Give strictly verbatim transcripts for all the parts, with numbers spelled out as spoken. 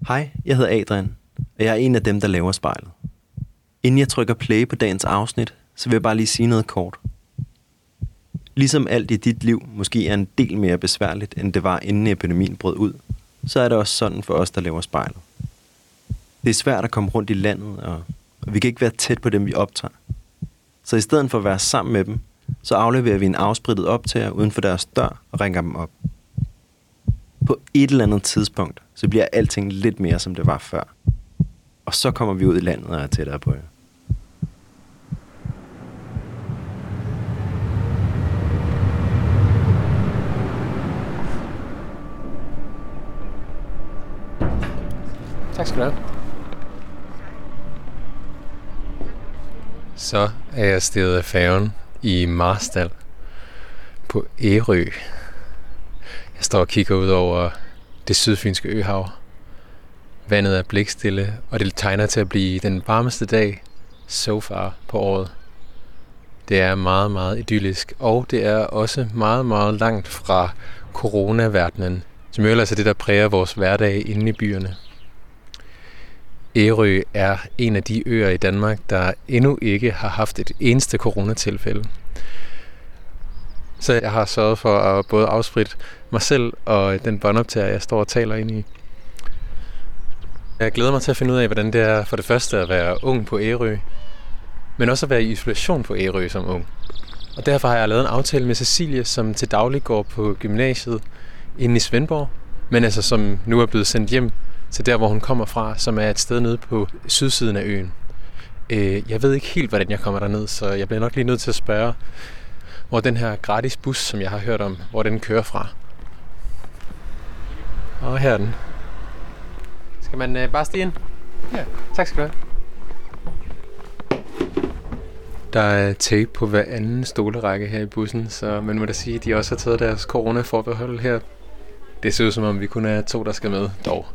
Hej, jeg hedder Adrian, og jeg er en af dem, der laver spejlet. Inden jeg trykker play på dagens afsnit, så vil jeg bare lige sige noget kort. Ligesom alt i dit liv måske er en del mere besværligt, end det var inden epidemien brød ud, så er det også sådan for os, der laver spejlet. Det er svært at komme rundt i landet, og vi kan ikke være tæt på dem, vi optager. Så i stedet for at være sammen med dem, så afleverer vi en afsprittet optager uden for deres dør og ringer dem op. På et eller andet tidspunkt, så bliver alting lidt mere, som det var før. Og så kommer vi ud i landet og er tættere på jer. Tak skal du have. Så er jeg steget af færgen i Marstal på Ærø. Jeg står og kigger ud over det sydfynske øhav. Vandet er blikstille, og det tegner til at blive den varmeste dag so far på året. Det er meget, meget idyllisk, og det er også meget, meget langt fra coronaverdenen, som jo ellers er det, der præger vores hverdag inde i byerne. Ærø er en af de øer i Danmark, der endnu ikke har haft et eneste coronatilfælde. Så jeg har sørget for at både afspritte mig selv og den båndoptager, jeg står og taler ind i. Jeg glæder mig til at finde ud af, hvordan det er for det første at være ung på Ærø, men også at være i isolation på Ærø som ung. Og derfor har jeg lavet en aftale med Cecilie, som til daglig går på gymnasiet inde i Svendborg, men altså som nu er blevet sendt hjem til der, hvor hun kommer fra, som er et sted nede på sydsiden af øen. Jeg ved ikke helt, hvordan jeg kommer derned, så jeg bliver nok lige nødt til at spørge, hvor den her gratis bus, som jeg har hørt om, hvor den kører fra. Og her er den. Skal man øh, bare stige ind? Ja. Tak skal du have. Der er tape på hver anden stolerække her i bussen, så man må da sige, at de også har taget deres corona-forbehold her. Det ser ud som om, vi kun er to, der skal med, dog.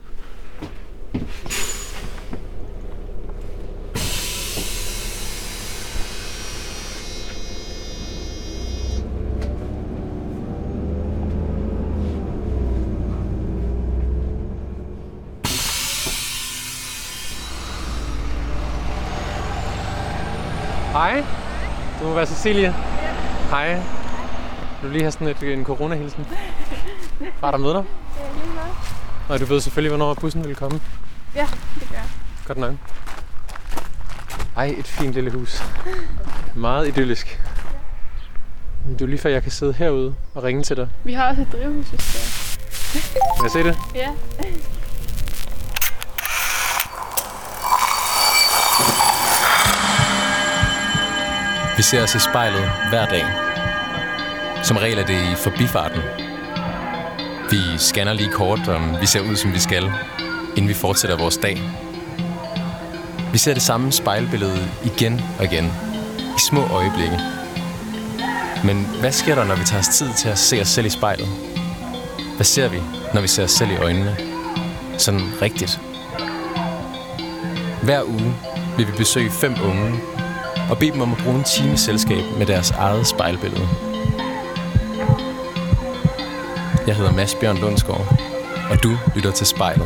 Hej, du må være Cecilie. Ja. Hej. Vil du lige have sådan et, en corona-hilsen? Var der med dig? Ja, lige meget. Og du ved selvfølgelig, hvornår bussen vil komme? Ja, det gør jeg. Godt nok. Ej, et fint lille hus. Meget idyllisk. Ja. Det er lige før, jeg kan sidde herude og ringe til dig. Vi har også et drivhus, hvis det er. Må jeg se det? Ja. Vi ser os i spejlet hver dag. Som regel er det i forbifarten. Vi scanner lige kort, om vi ser ud, som vi skal, inden vi fortsætter vores dag. Vi ser det samme spejlbillede igen og igen, i små øjeblikke. Men hvad sker der, når vi tager os tid til at se os selv i spejlet? Hvad ser vi, når vi ser os selv i øjnene? Sådan rigtigt. Hver uge vil vi besøge fem unge, og bede dem om at bruge en time selskab med deres eget spejlbillede. Jeg hedder Mads Bjørn Lundsgaard, og du lytter til Spejlet.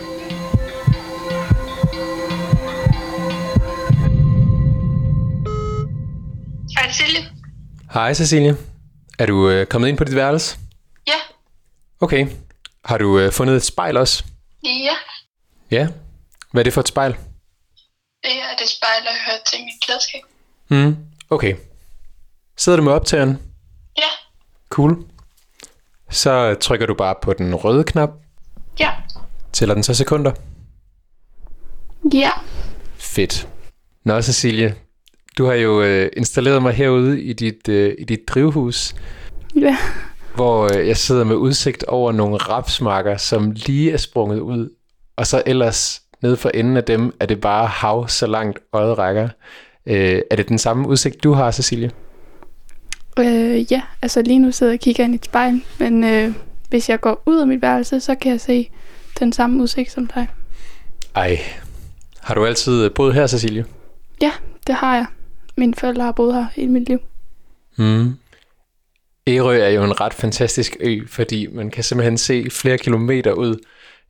Hej Cecilie. Hej Cecilie. Er du øh, kommet ind på dit værelse? Ja. Okay. Har du øh, fundet et spejl også? Ja. Ja. Hvad er det for et spejl? Det er det spejl, der hører til mit klædeskab. Mm, okay. Sidder du med optageren? Ja. Cool. Så trykker du bare på den røde knap. Ja. Tæller den så sekunder? Ja. Fedt. Nå Cecilie, du har jo øh, installeret mig herude i dit, øh, i dit drivhus. Ja. Hvor øh, jeg sidder med udsigt over nogle rapsmarker, som lige er sprunget ud. Og så ellers nede for enden af dem er det bare hav, så langt øjet rækker. Øh, er det den samme udsigt, du har, Cecilie? Øh, ja, altså lige nu sidder jeg og kigger ind i et spejl, men øh, hvis jeg går ud af mit værelse, så kan jeg se den samme udsigt som dig. Ej, har du altid boet her, Cecilie? Ja, det har jeg. Mine forældre har boet her i mit liv. Mm. Ærø er jo en ret fantastisk ø, fordi man kan simpelthen se flere kilometer ud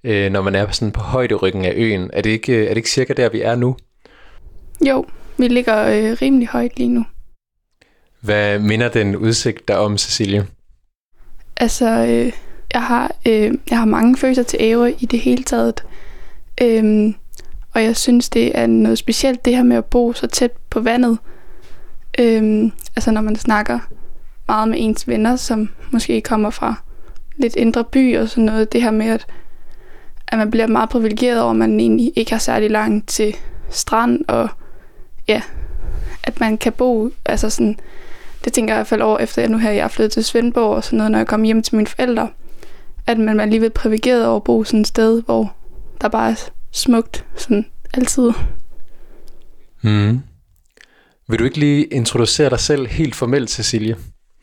øh, når man er sådan på højderyggen af øen. Er det ikke, er det ikke cirka der, vi er nu? Jo, vi ligger øh, rimelig højt lige nu. Hvad minder den udsigt der om, Cecilie? Altså, øh, jeg, har, øh, jeg har mange følelser til Ærø i det hele taget. Øhm, og jeg synes, det er noget specielt, det her med at bo så tæt på vandet. Øhm, altså, når man snakker meget med ens venner, som måske kommer fra lidt indre by og sådan noget. Det her med, at, at man bliver meget privilegeret over, at man egentlig ikke har særlig langt til strand. Og ja, at man kan bo, altså sådan... Det tænker jeg i hvert fald over, efter jeg nu her jeg er flyttet til Svendborg og sådan noget, når jeg kommer hjem til mine forældre. At man er alligevel privilegeret over at bo sådan et sted, hvor der bare er smukt sådan altid. Mm. Vil du ikke lige introducere dig selv helt formelt, Cecilie?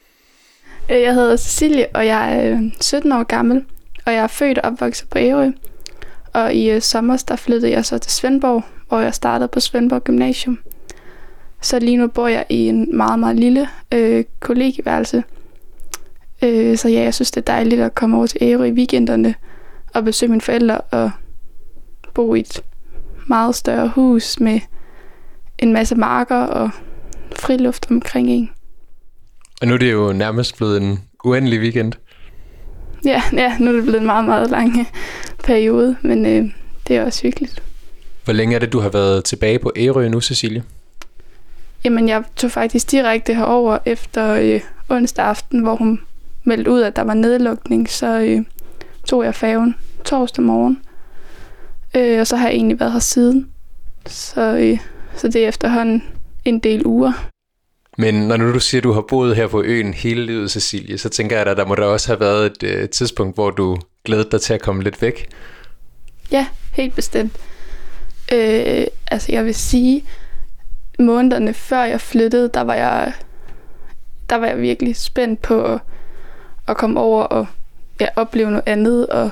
Jeg hedder Cecilie, og jeg er sytten år gammel, og jeg er født og opvokset på Ærø. Og i sommer der flyttede jeg så til Svendborg, hvor jeg startede på Svendborg Gymnasium. Så lige nu bor jeg i en meget, meget lille øh, kollegieværelse. Øh, så ja, jeg synes, det er dejligt at komme over til Ærø i weekenderne og besøge mine forældre og bo i et meget større hus med en masse marker og friluft omkring en. Og nu er det jo nærmest blevet en uendelig weekend. Ja, ja, nu er det blevet en meget, meget lang periode, men øh, det er også hyggeligt. Hvor længe er det, du har været tilbage på Ærø nu, Cecilie? Jamen, jeg tog faktisk direkte herover efter øh, onsdag aften, hvor hun meldte ud, at der var nedlukning, så øh, tog jeg færgen torsdag morgen. Øh, og så har jeg egentlig været her siden. Så, øh, så det er efterhånden en del uger. Men når nu du siger, at du har boet her på øen hele livet, Cecilie, så tænker jeg, at der må der også have været et øh, tidspunkt, hvor du glædede dig til at komme lidt væk. Ja, helt bestemt. Øh, altså, jeg vil sige... Månederne før jeg flyttede, der var jeg, der var jeg virkelig spændt på at, at komme over og ja, opleve noget andet. Og,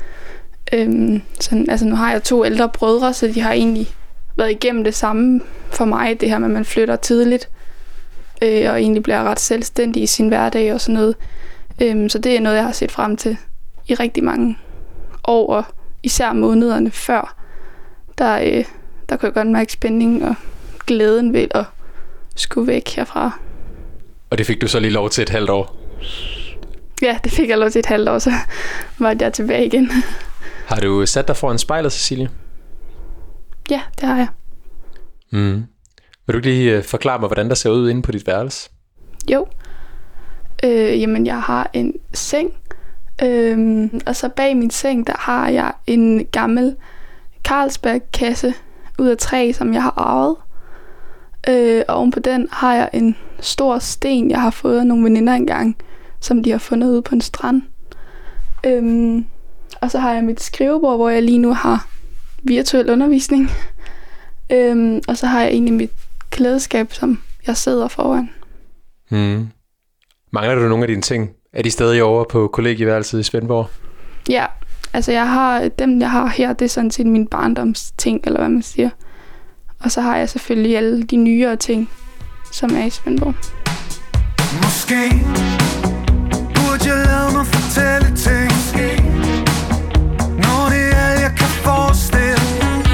øhm, sådan, altså nu har jeg to ældre brødre, så de har egentlig været igennem det samme for mig. Det her med, at man flytter tidligt øh, og egentlig bliver ret selvstændig i sin hverdag og sådan noget. Øhm, så det er noget, jeg har set frem til i rigtig mange år, og især månederne før. Der, øh, der kunne jeg godt mærke spænding og glæden ved at skulle væk herfra. Og det fik du så lige lov til et halvt år? Ja, det fik jeg lov til et halvt år, så var jeg tilbage igen. Har du sat dig foran spejlet, Cecilie? Ja, det har jeg. Mm. Vil du lige forklare mig, hvordan der ser ud inde på dit værelse? Jo. Øh, jamen, jeg har en seng. Øh, og så bag min seng, der har jeg en gammel Carlsberg-kasse ud af træ, som jeg har arvet. Øh, og oven på den har jeg en stor sten, jeg har fået af nogle veninder engang, som de har fundet ude på en strand. Øhm, og så har jeg mit skrivebord, hvor jeg lige nu har virtuel undervisning. Øhm, og så har jeg egentlig mit klædeskab, som jeg sidder foran. Hmm. Mangler du nogle af dine ting? Er de stadig over på kollegieværelset i Svendborg? Ja, altså jeg har dem, jeg har her, det er sådan set min barndomsting, eller hvad man siger. Og så har jeg selvfølgelig alle de nyere ting, som er i Svendborg. Måske burde jeg lade mig fortælle ting, når det er alt jeg kan forestille.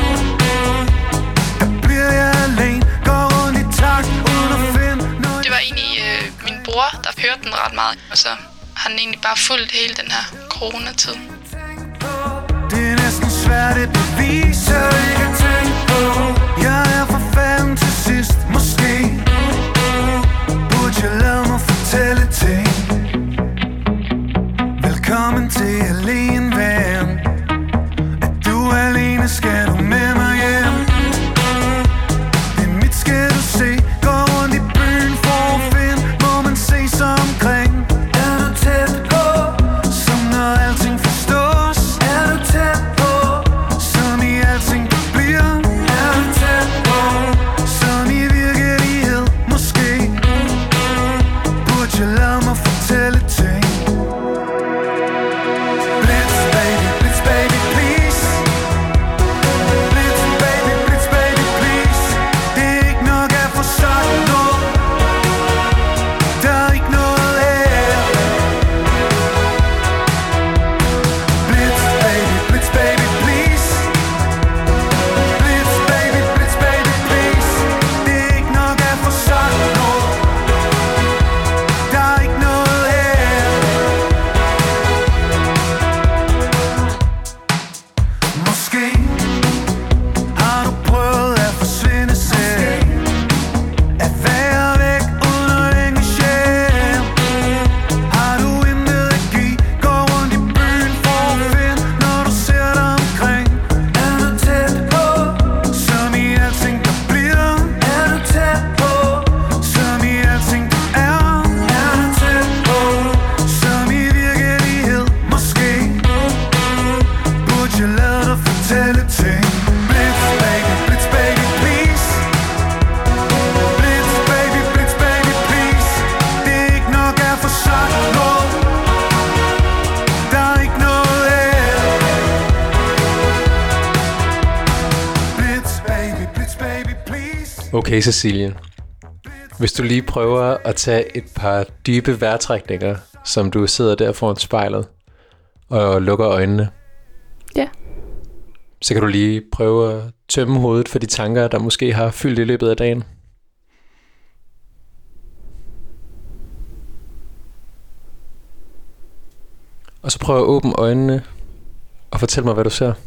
Der bliver jeg alene, går rundt i takt uden at finde noget. Det var egentlig øh, min bror, der hørte den ret meget, og så har han egentlig bare fulgt hele den her coronatid. Det er næsten svært at bevise, ikke at tænke på. Jeg er for fanden til sidst, måske burde jeg lade mig fortælle ting. Velkommen til alene, ven. Er du alene, skal du med mig hjem. Det er mit, skal du se. Gå rundt i byen for at finde, hvor man se sig omkring. Er du tæt på, som når alting forstås. Er du tæt på, som i alting der bliver. Er du tæt på, som i virkelighed måske burde jeg lade mig fortælle ting. Blitz baby, blitz baby please. Blitz baby, blitz baby please. Det er ikke nok at få sagt noget. Der er ikke noget her. Blitz baby, blitz baby Okay, Cecilie. Hvis du lige prøver at tage et par dybe vejrtrækninger, som du sidder der foran spejlet, og lukker øjnene. Ja. Så kan du lige prøve at tømme hovedet for de tanker, der måske har fyldt i løbet af dagen. Og så prøv at åbne øjnene og fortæl mig, hvad du ser.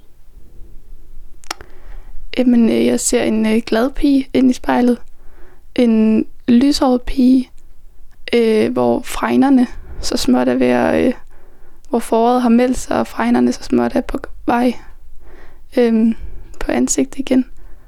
Jamen, øh, jeg ser en øh, glad pige inde i spejlet. En lyshåret pige, øh, hvor fregnerne så småt er ved at, øh, hvor foråret har meldt sig, og fregnerne så småt er på vej øh, på ansigtet igen.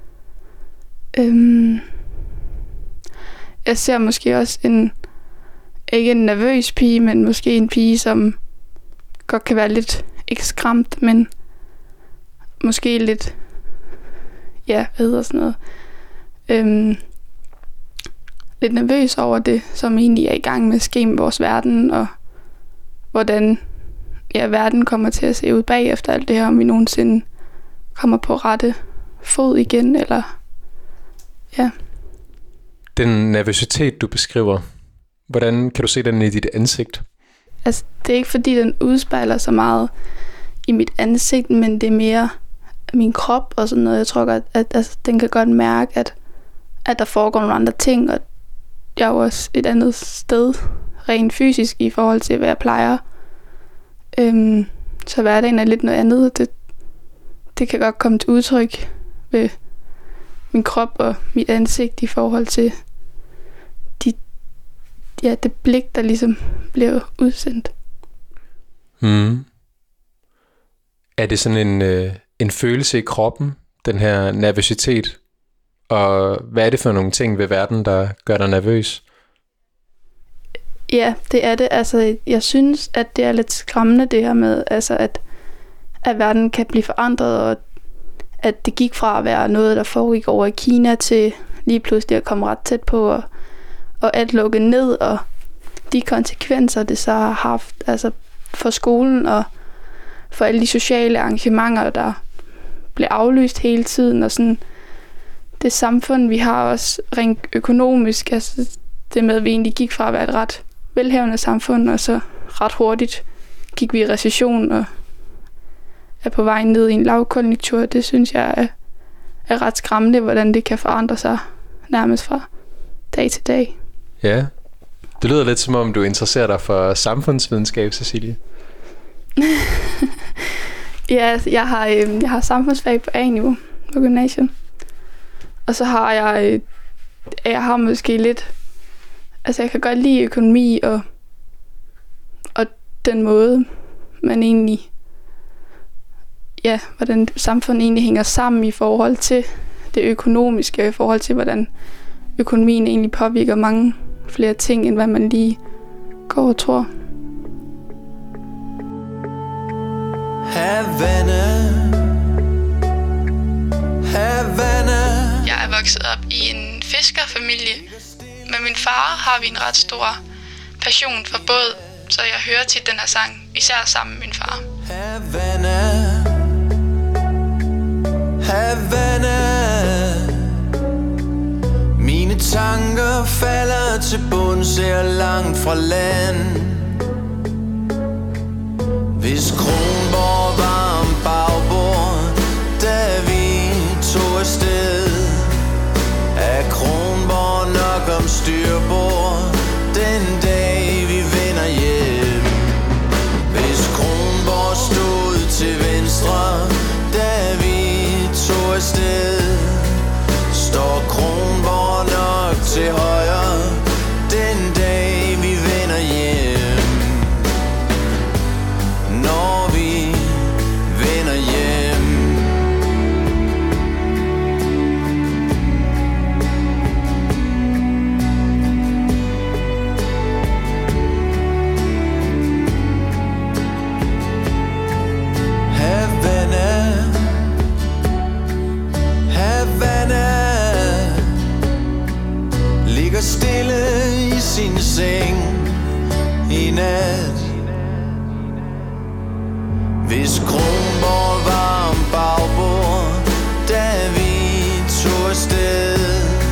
Øh, jeg ser måske også en, ikke en nervøs pige, men måske en pige, som godt kan være lidt, ikke skræmt, men måske lidt, ja, hvad hedder sådan noget, øhm, lidt nervøs over det, som egentlig er i gang med at ske med vores verden, og hvordan, ja, verden kommer til at se ud bagefter alt det her, om vi nogensinde kommer på rette fod igen, eller, ja. Den nervøsitet, du beskriver, hvordan kan du se den i dit ansigt? Altså, det er ikke fordi, den udspejler så meget i mit ansigt, men det er mere min krop og sådan noget. Jeg tror godt, at altså, den kan godt mærke, at, at der foregår nogle andre ting, og jeg er jo også et andet sted, rent fysisk, i forhold til, hvad jeg plejer. Øhm, så hverdagen er lidt noget andet. Det, det kan godt komme til udtryk ved min krop og mit ansigt i forhold til de, ja, det blik, der ligesom bliver udsendt. Mm. Er det sådan en, øh, en følelse i kroppen, den her nervøsitet? Og hvad er det for nogle ting ved verden, der gør dig nervøs? Ja, det er det. Altså, jeg synes, at det er lidt skræmmende det her med, altså, at, at verden kan blive forandret, og at det gik fra at være noget, der foregik over i Kina, til lige pludselig at komme ret tæt på, og, og at lukke ned, og de konsekvenser, det så har haft, altså for skolen og for alle de sociale arrangementer, der bliver aflyst hele tiden, og sådan det samfund, vi har også rent økonomisk, altså det med, at vi egentlig gik fra at være et ret velhavende samfund, og så ret hurtigt gik vi i recession og er på vej ned i en lavkonjunktur. Det synes jeg er, er ret skræmmende, hvordan det kan forandre sig nærmest fra dag til dag. Ja, det lyder lidt som om, du interesserer dig for samfundsvidenskab, Cecilie. Ja, jeg har, øh, jeg har samfundsfag på A-niveau på gymnasiet. Og så har jeg, øh, jeg har måske lidt, altså jeg kan godt lide økonomi og, og den måde, man egentlig, ja, hvordan samfundet egentlig hænger sammen i forhold til det økonomiske, i forhold til, hvordan økonomien egentlig påvirker mange flere ting, end hvad man lige går og tror. Havana, Havana. Jeg er vokset op i en fiskerfamilie. Med min far har vi en ret stor passion for båd, så jeg hører tit den her sang, især sammen med min far. Havana, Havana. Mine tanker falder til bunds her langt fra land. Hvis Kronborg var en bagbord, da vi tog afsted, er Kronborg nok om styrbord den dag vi vender hjem. Hvis Kronborg stod til venstre, da vi tog afsted, står Kronborg nok til højre den dag vi vender hjem. Når vi vender hjem. Havana, Havana. Ligger stille i sin seng i nat. Hvis Kronborg var en bagbord, da vi tog afsted,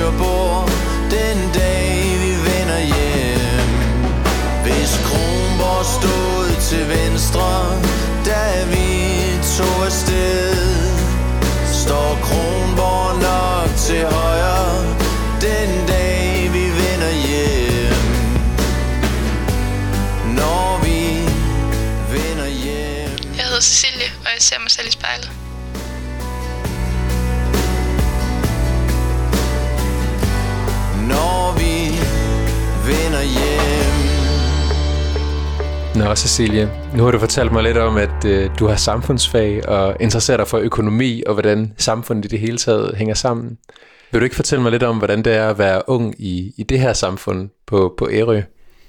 styrbord den dag vi vender hjem. Hvis Kronborg stod til venstre, da vi tog afsted, står Kronborg nok til højre den dag vi vender hjem. Når vi vender hjem. Jeg hedder Cecilie, og jeg ser mig selv i spejlet. Når vi vender hjem. Nå, Cecilie, nu har du fortalt mig lidt om, at øh, du har samfundsfag og interesserer dig for økonomi og hvordan samfundet i det hele taget hænger sammen. Vil du ikke fortælle mig lidt om, hvordan det er at være ung i, i det her samfund på, på Ærø?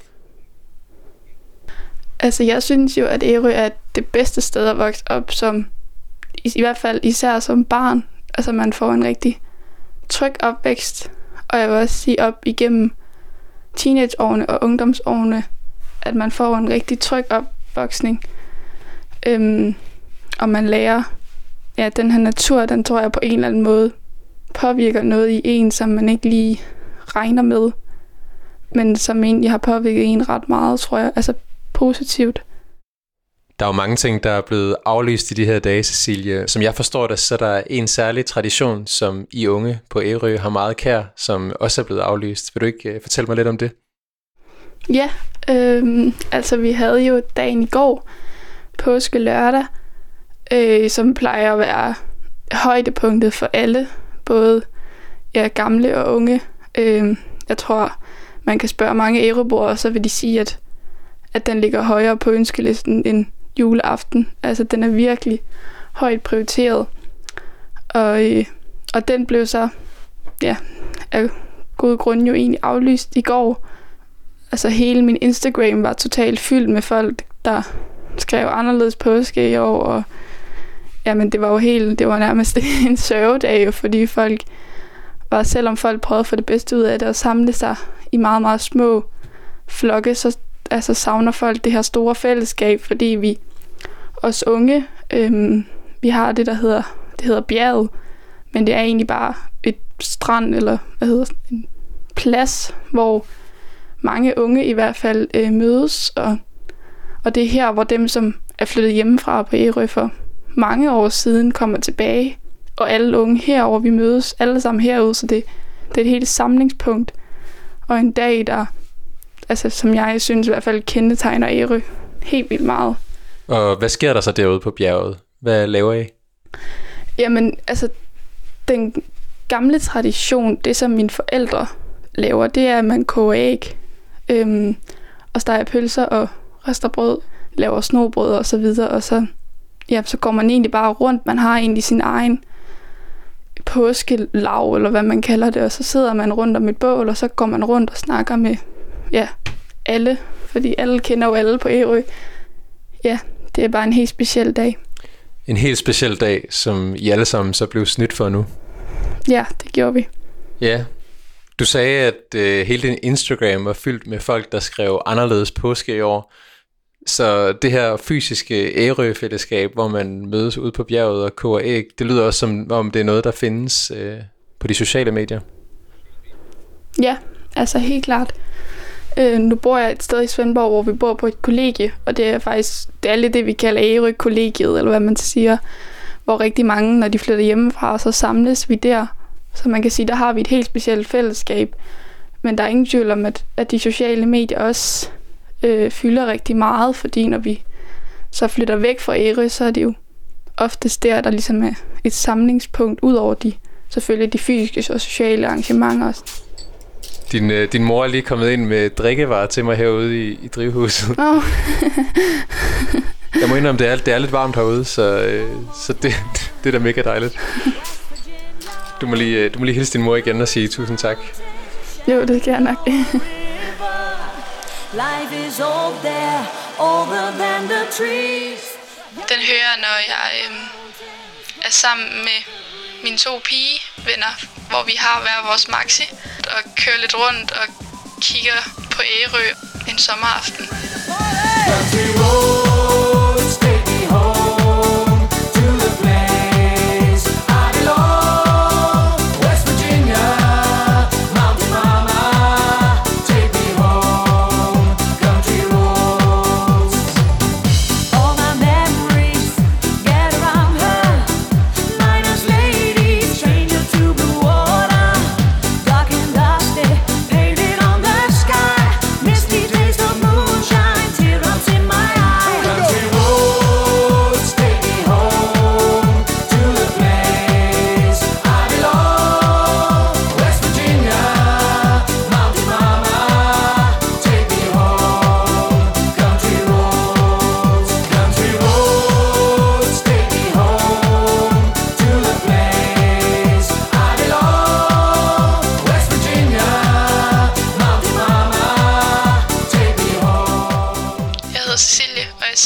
Altså, jeg synes jo, at Ærø er det bedste sted at vokse op som, i, i hvert fald især som barn. Altså, man får en rigtig tryg opvækst. Og jeg vil også sige op igennem teenageårene og ungdomsårene, at man får en rigtig tryg opvoksning. Øhm, og man lærer, ja, den her natur, den tror jeg på en eller anden måde påvirker noget i en, som man ikke lige regner med, men som egentlig har påvirket en ret meget, tror jeg, altså positivt. Der er jo mange ting, der er blevet aflyst i de her dage, Cecilie. Som jeg forstår det, så der er en særlig tradition, som I unge på Ærø har meget kær, som også er blevet aflyst. Vil du ikke uh, fortælle mig lidt om det? Ja, øhm, altså vi havde jo dagen i går, påske lørdag, øh, som plejer at være højdepunktet for alle, både ja, gamle og unge. Øh, jeg tror, man kan spørge mange ærøboere, og så vil de sige, at, at den ligger højere på ønskelisten end juleaften. Altså, den er virkelig højt prioriteret. Og, øh, og den blev så, ja, af gode grunde jo egentlig aflyst i går. Altså, hele min Instagram var totalt fyldt med folk, der skrev anderledes påske i år, og jamen, det var jo helt, det var nærmest en sørgedag, jo, fordi folk var, selvom folk prøvede at få det bedste ud af det og samle sig i meget, meget små flokke, så altså, savner folk det her store fællesskab, fordi vi, os unge, øhm, vi har det, der hedder, det hedder bjerget, men det er egentlig bare et strand, eller hvad hedder en plads, hvor mange unge i hvert fald øh, mødes, og, og det er her, hvor dem, som er flyttet hjemmefra på Ærø for mange år siden, kommer tilbage, og alle unge herover vi mødes alle sammen herude, så det, det er et helt samlingspunkt, og en dag, der, altså, som jeg synes i hvert fald kendetegner Ærø helt vildt meget. Og hvad sker der så derude på bjerget? Hvad laver I? Jamen, altså, den gamle tradition, det som mine forældre laver, det er, at man koger æg, øhm, og steger pølser og rester brød, laver snobrød og så videre, og så, ja, så går man egentlig bare rundt. Man har egentlig sin egen påskelav, eller hvad man kalder det, og så sidder man rundt om et bål, og så går man rundt og snakker med, ja, alle, fordi alle kender jo alle på Ærø. Ja, det er bare en helt speciel dag. En helt speciel dag, som I alle sammen så blev snydt for nu. Ja, det gjorde vi. Ja. Du sagde, at øh, hele din Instagram var fyldt med folk, der skrev anderledes påske i år. Så det her fysiske Ærø-fællesskab, hvor man mødes ude på bjerget og koger æg, det lyder også som om det er noget, der findes øh, på de sociale medier. Ja, altså helt klart. Øh, nu bor jeg et sted i Svendborg, hvor vi bor på et kollegie, og det er faktisk det er lidt det, vi kalder Ærø-kollegiet, eller hvad man siger, hvor rigtig mange, når de flytter hjemmefra, så samles vi der. Så man kan sige, der har vi et helt specielt fællesskab. Men der er ingen tvivl om, at, at de sociale medier også øh, fylder rigtig meget, fordi når vi så flytter væk fra Ærø, så er det jo oftest der, der ligesom er et samlingspunkt, ud over de, selvfølgelig de fysiske og sociale arrangementer også. Din, øh, din mor er lige kommet ind med drikkevarer til mig herude i, i drivhuset. Oh. Jeg må indrømme, det er, det er lidt varmt herude, så, øh, så det, det er da mega dejligt. Du må, lige, du må lige hilse din mor igen og sige tusind tak. Jo, det kan jeg nok. Den hører, når jeg øh, er sammen med mine to pigevenner, hvor vi har hver vores maxi, og kører lidt rundt og kigger på Ærø en sommeraften.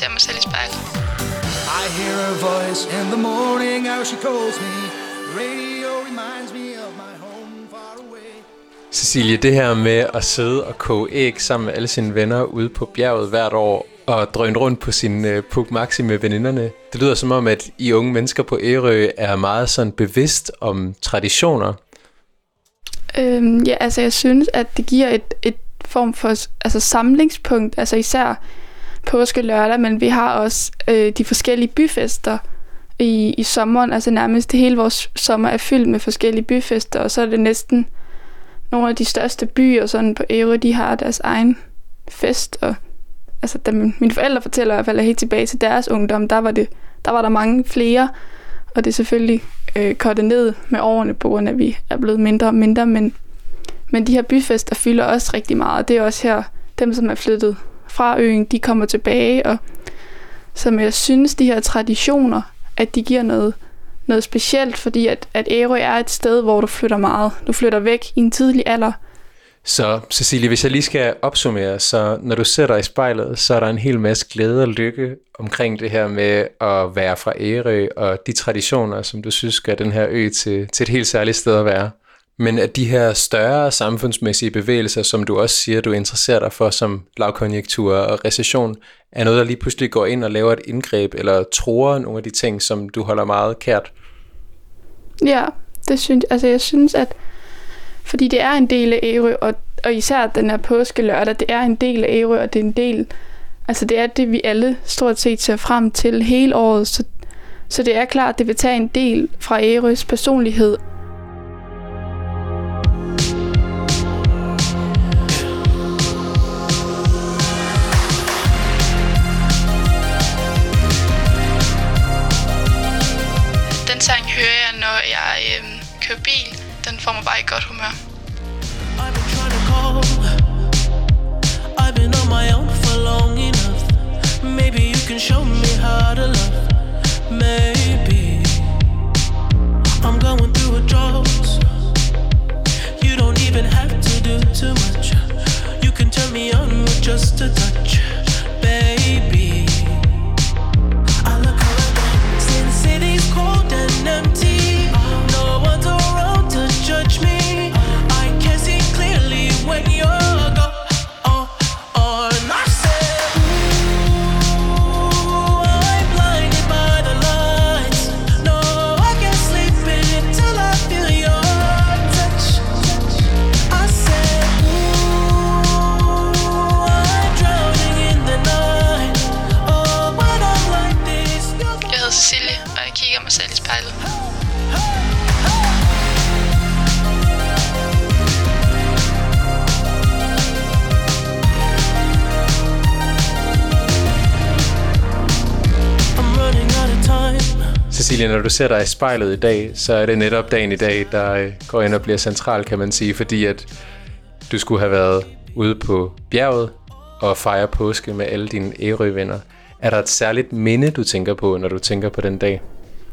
ser mig selv i spejlet. I hear her voice in the morning, how she calls me. Radio reminds me of my home far away. Cecilie, det her med at sidde og koge æg sammen med alle sine venner ude på bjerget hvert år, og drøne rundt på sin uh, Puk Maxi med veninderne, det lyder som om, at I unge mennesker på Ærø er meget sådan bevidst om traditioner. Øhm, ja, altså jeg synes, at det giver et, et form for altså, samlingspunkt, altså især påske lørdag, men vi har også øh, de forskellige byfester i, i sommeren, altså nærmest hele vores sommer er fyldt med forskellige byfester, og så er det næsten nogle af de største byer sådan på Ærø, de har deres egen fest, og altså, da mine forældre fortæller i hvert fald helt tilbage til deres ungdom, der var, det, der var der mange flere, og det er selvfølgelig øh, kortet ned med årene på grund af, at vi er blevet mindre og mindre, men, men de her byfester fylder også rigtig meget, og det er også her, dem som er flyttet fra øen, de kommer tilbage, og som jeg synes, de her traditioner, at de giver noget, noget specielt, fordi at, at Ærø er et sted, hvor du flytter meget. Du flytter væk i en tidlig alder. Så Cecilie, hvis jeg lige skal opsummere, så når du ser dig i spejlet, så er der en hel masse glæde og lykke omkring det her med at være fra Ærø, og de traditioner, som du synes gør den her ø til, til et helt særligt sted at være. Men at de her større samfundsmæssige bevægelser, som du også siger, du interesserer dig for, som lavkonjunktur og recession, er noget, der lige pludselig går ind og laver et indgreb, eller truer nogle af de ting, som du holder meget kært? Ja, det synes, altså jeg synes, at fordi det er en del af Ærø, og, og især den her påske lørdag, det er en del af Ærø, og det er en del, altså det er det, vi alle stort set ser frem til hele året, så, så det er klart, at det vil tage en del fra Ærøs personlighed. Den sang hører jeg, når jeg øh, kører bil. Den får mig bare i godt humør. I've been trying to call. I've been on my own for long enough. Maybe you can show me how to love. Maybe I'm going through a drought. You don't even have to do too much. You can turn me on with just a touch, baby. I look around since city's cold and empty. No one's around to judge me. I can see clearly when you're gone. Oh, oh, and I said, ooh, I'm blinded by the lights. No, I can't sleep until I feel your touch. I said, ooh, I'm drowning in the night. Oh, when I'm like this, you're Jeg hedder Cecilie, og jeg kigger mig selv i spejlet. Cecilie, når du ser dig i spejlet i dag, så er det netop dagen i dag, der går ind og bliver central, kan man sige, fordi at du skulle have været ude på bjerget og fejre påske med alle dine Ærø-venner. Er der et særligt minde, du tænker på, når du tænker på den dag?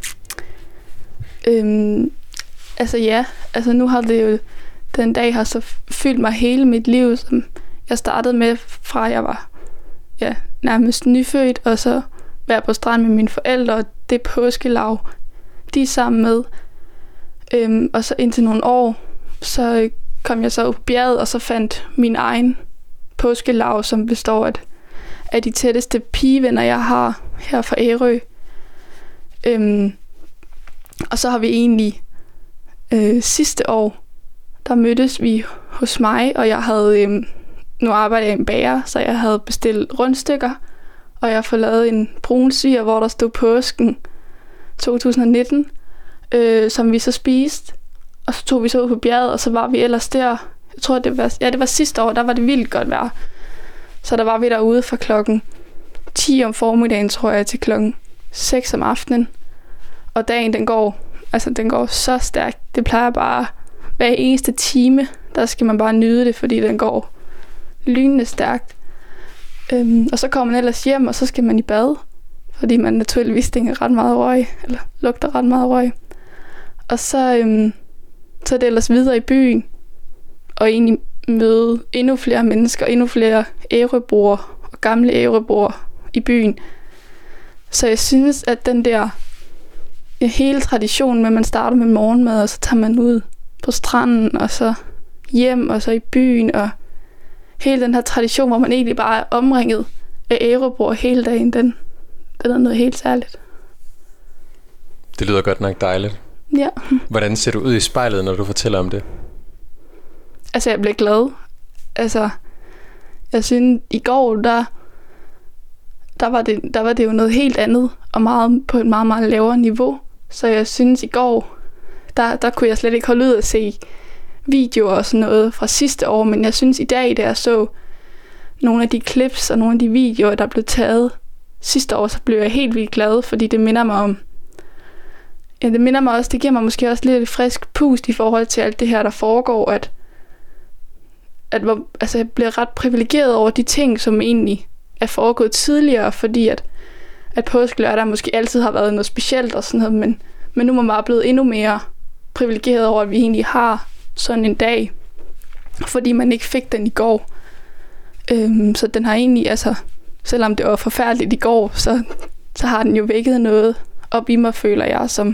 Øhm, altså ja, altså nu har det jo, den dag har så fyldt mig hele mit liv, som jeg startede med fra jeg var ja, nærmest nyfødt, og så være på strand med mine forældre, og det påskelav, de er sammen med. Øhm, og så indtil nogle år, så kom jeg så op på bjerget, og så fandt min egen påskelav, som består af, af de tætteste pigevenner, jeg har her fra Ærø. Øhm, og så har vi egentlig øh, sidste år, der mødtes vi hos mig, og jeg havde, øh, nu arbejder jeg i en bager, så jeg havde bestilt rundstykker, og jeg har lavet en brun sviger, hvor der stod påsken to tusind nitten, øh, som vi så spiste. Og så tog vi så ud på bjerget, og så var vi ellers der. Jeg tror, det var, ja, det var sidste år, der var det vildt godt vejr. Så der var vi derude fra klokken ti om formiddagen, tror jeg, til klokken seks om aftenen. Og dagen, den går, altså, den går så stærkt. Det plejer bare hver eneste time, der skal man bare nyde det, fordi den går lynende stærkt. Øhm, og så kommer man ellers hjem, og så skal man i bad, fordi man naturligvis stinker ret meget røg, eller lugter ret meget røg. Og så, øhm, så er det ellers videre i byen, og egentlig møde endnu flere mennesker, endnu flere ærøboere og gamle ærøboere i byen. Så jeg synes, at den der ja, hele traditionen med, at man starter med morgenmad, og så tager man ud på stranden, og så hjem, og så i byen, og hele den her tradition, hvor man egentlig bare er omringet af ærøbord hele dagen, den, den er noget helt særligt. Det lyder godt nok dejligt. Ja. Hvordan ser du ud i spejlet, når du fortæller om det? Altså, jeg blev glad. Altså, jeg synes, i går, der, der, var det, der var det jo noget helt andet, og meget på et meget, meget lavere niveau. Så jeg synes, i går, der, der kunne jeg slet ikke holde ud at se videoer og sådan noget fra sidste år, men jeg synes, i dag, da jeg så nogle af de clips og nogle af de videoer, der blev taget sidste år, så blev jeg helt vildt glad, fordi det minder mig om, ja, det minder mig også, det giver mig måske også lidt frisk pust i forhold til alt det her, der foregår, at, at hvor, altså, jeg bliver ret privilegeret over de ting, som egentlig er foregået tidligere, fordi at, at påskelørdag måske altid har været noget specielt og sådan noget, men, men nu er man bare blevet endnu mere privilegeret over, at vi egentlig har sådan en dag, fordi man ikke fik den i går. Øhm, så den har egentlig, altså, selvom det var forfærdeligt i går, så, så har den jo vækket noget op i mig, føler jeg, som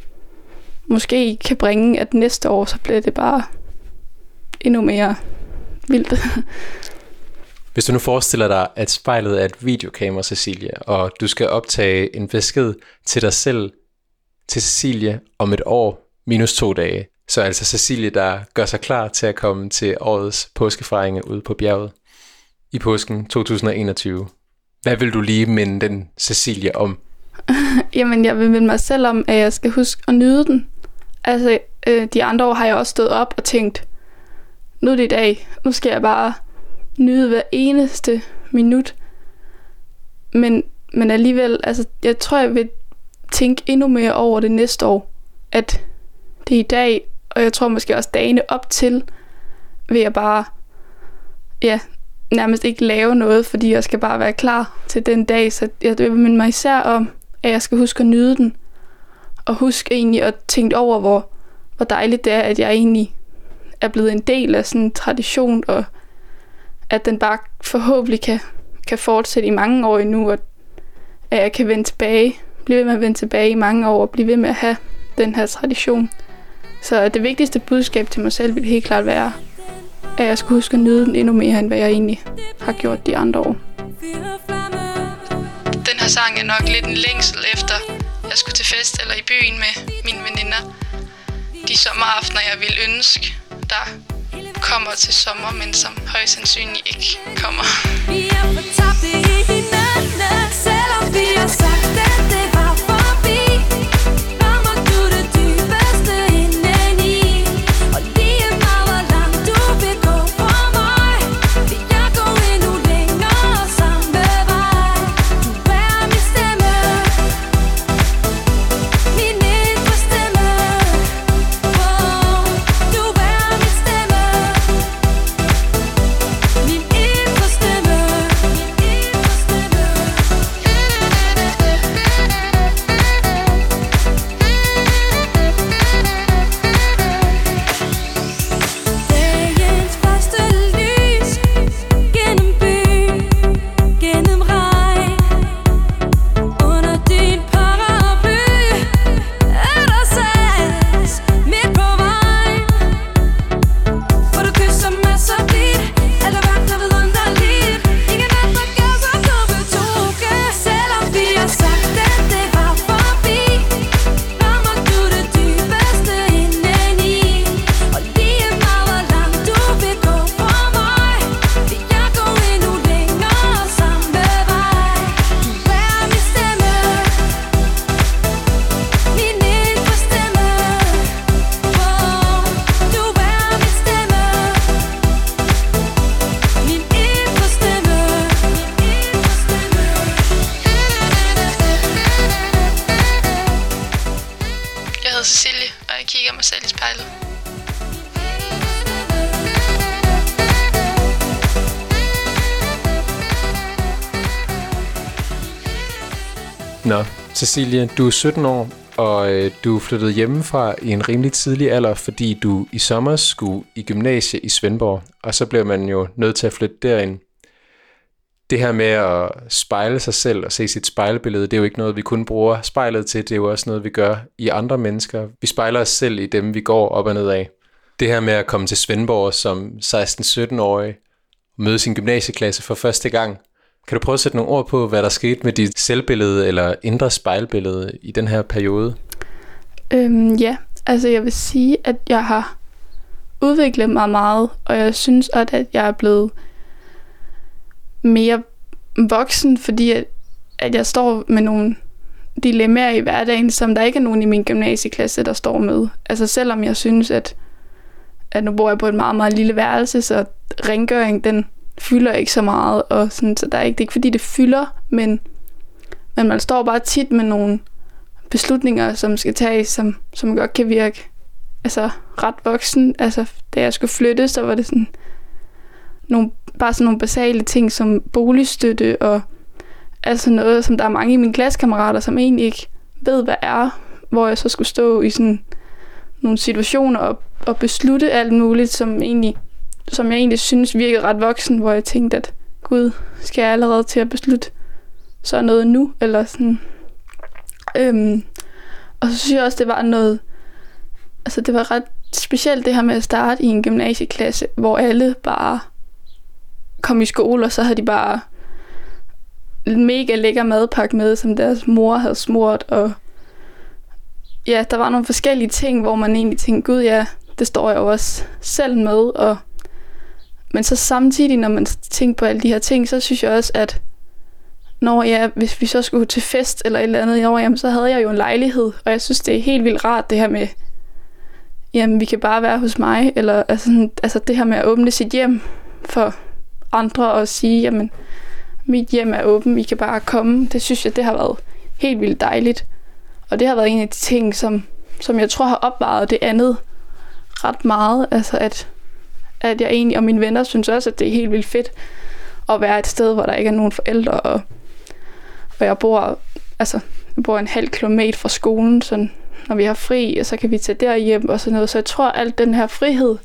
måske kan bringe, at næste år, så bliver det bare endnu mere vildt. Hvis du nu forestiller dig, at spejlet er et videokamera, Cecilie, og du skal optage en besked til dig selv, til Cecilie, om et år minus to dage. Så altså Cecilie, der gør sig klar til at komme til årets påskefejringer ude på bjerget i påsken to tusind og enogtyve. Hvad vil du lige minde den Cecilie om? Jamen, jeg vil minde mig selv om, at jeg skal huske at nyde den. Altså, øh, de andre år har jeg også stået op og tænkt, nu er det i dag, nu skal jeg bare nyde hver eneste minut. Men, men alligevel, altså, jeg tror, jeg vil tænke endnu mere over det næste år, at det er i dag, og jeg tror måske også dagene op til, vil jeg bare, ja, nærmest ikke lave noget, fordi jeg skal bare være klar til den dag, så jeg vil minde mig især om, at jeg skal huske at nyde den, og huske egentlig at tænke over, hvor, hvor dejligt det er, at jeg egentlig er blevet en del af sådan en tradition, og at den bare forhåbentlig kan, kan fortsætte i mange år endnu, og at jeg kan vende tilbage, blive ved med at vende tilbage i mange år, og blive ved med at have den her tradition. Så det vigtigste budskab til mig selv vil helt klart være, at jeg skulle huske at nyde den endnu mere, end hvad jeg egentlig har gjort de andre år. Den her sang er nok lidt en længsel efter, jeg skulle til fest eller i byen med mine veninder. De sommeraftener, jeg ville ønske, der kommer til sommer, men som højst sandsynligt ikke kommer. Vi er fortabte i hinanden, selvom vi har sagt, at det var forbi. Rammer du det dybeste indeni, og lige meget hvor langt du vil gå for mig, vil jeg gå endnu længere samme vej. Du er min stemme, min indre stemme. Oh, du er min stemme, min indre stemme, min indre stemme. Dagens første lys gennem byen, gennem regn. Under din paraply er der sans midt på vejen. For du kysser mig så blidt, alle vagter vidunderligt. Ingen andre gør som du vil toge, selvom vi har sagt, at det var forbi. Rammer du det dybeste indeni, og lige meget hvor langt du vil gå for mig, vil jeg gå endnu længere samme vej. Du er min stemme, min indre stemme. Oh, du er min stemme, min indre stemme, min indre stemme. Jeg hedder Cecilie, og jeg kigger mig selv i spejlet. Nå, Cecilie, du er sytten år, og øh, du flyttede hjemmefra i en rimelig tidlig alder, fordi du i sommer skulle i gymnasie i Svendborg, og så blev man jo nødt til at flytte derind. Det her med at spejle sig selv og se sit spejlbillede, det er jo ikke noget, vi kun bruger spejlet til. Det er jo også noget, vi gør i andre mennesker. Vi spejler os selv i dem, vi går op og ned af. Det her med at komme til Svendborg som seksten-sytten-årig og møde sin gymnasieklasse for første gang. Kan du prøve at sætte nogle ord på, hvad der skete med dit selvbillede eller indre spejlbillede i den her periode? Øhm, ja, altså jeg vil sige, at jeg har udviklet mig meget, og jeg synes også, at jeg er blevet mere voksen, fordi at, at jeg står med nogle dilemmaer i hverdagen, som der ikke er nogen i min gymnasieklasse, der står med. Altså selvom jeg synes, at, at nu bor jeg på et meget, meget lille værelse, så rengøring, den fylder ikke så meget, og sådan, så der er ikke, det er ikke fordi, det fylder, men, men man står bare tit med nogle beslutninger, som skal tages, som, som godt kan virke altså, ret voksen. Altså, da jeg skulle flytte, så var det sådan nogle, bare sådan nogle basale ting, som boligstøtte, og altså noget, som der er mange i mine klassekammerater, som egentlig ikke ved, hvad er, hvor jeg så skulle stå i sådan nogle situationer og, og beslutte alt muligt, som egentlig som jeg egentlig synes virkede ret voksen, hvor jeg tænkte, at gud, skal jeg allerede til at beslutte så noget nu, eller sådan. Øhm, og så synes jeg også, det var noget, altså det var ret specielt det her med at starte i en gymnasieklasse, hvor alle bare kom i skole, og så havde de bare en mega lækker madpakke med, som deres mor havde smurt, og ja, der var nogle forskellige ting, hvor man egentlig tænkte, gud ja, det står jeg jo også selv med, og men så samtidig, når man tænker på alle de her ting, så synes jeg også, at når ja, hvis vi så skulle til fest eller et eller andet i år, jamen, så havde jeg jo en lejlighed, og jeg synes, det er helt vildt rart, det her med, jamen, vi kan bare være hos mig, eller altså, sådan, altså det her med at åbne sit hjem for andre og sige, jamen, mit hjem er åben, I kan bare komme. Det synes jeg, det har været helt vildt dejligt, og det har været en af de ting, som, som jeg tror har opvejet det andet ret meget, altså at at jeg egentlig, og mine venner synes også, at det er helt vildt fedt at være et sted, hvor der ikke er nogen forældre, og, og jeg bor, altså, jeg bor en halv kilometer fra skolen, så når vi har fri, så kan vi tage derhjem og sådan noget. Så jeg tror, at alt den her frihed,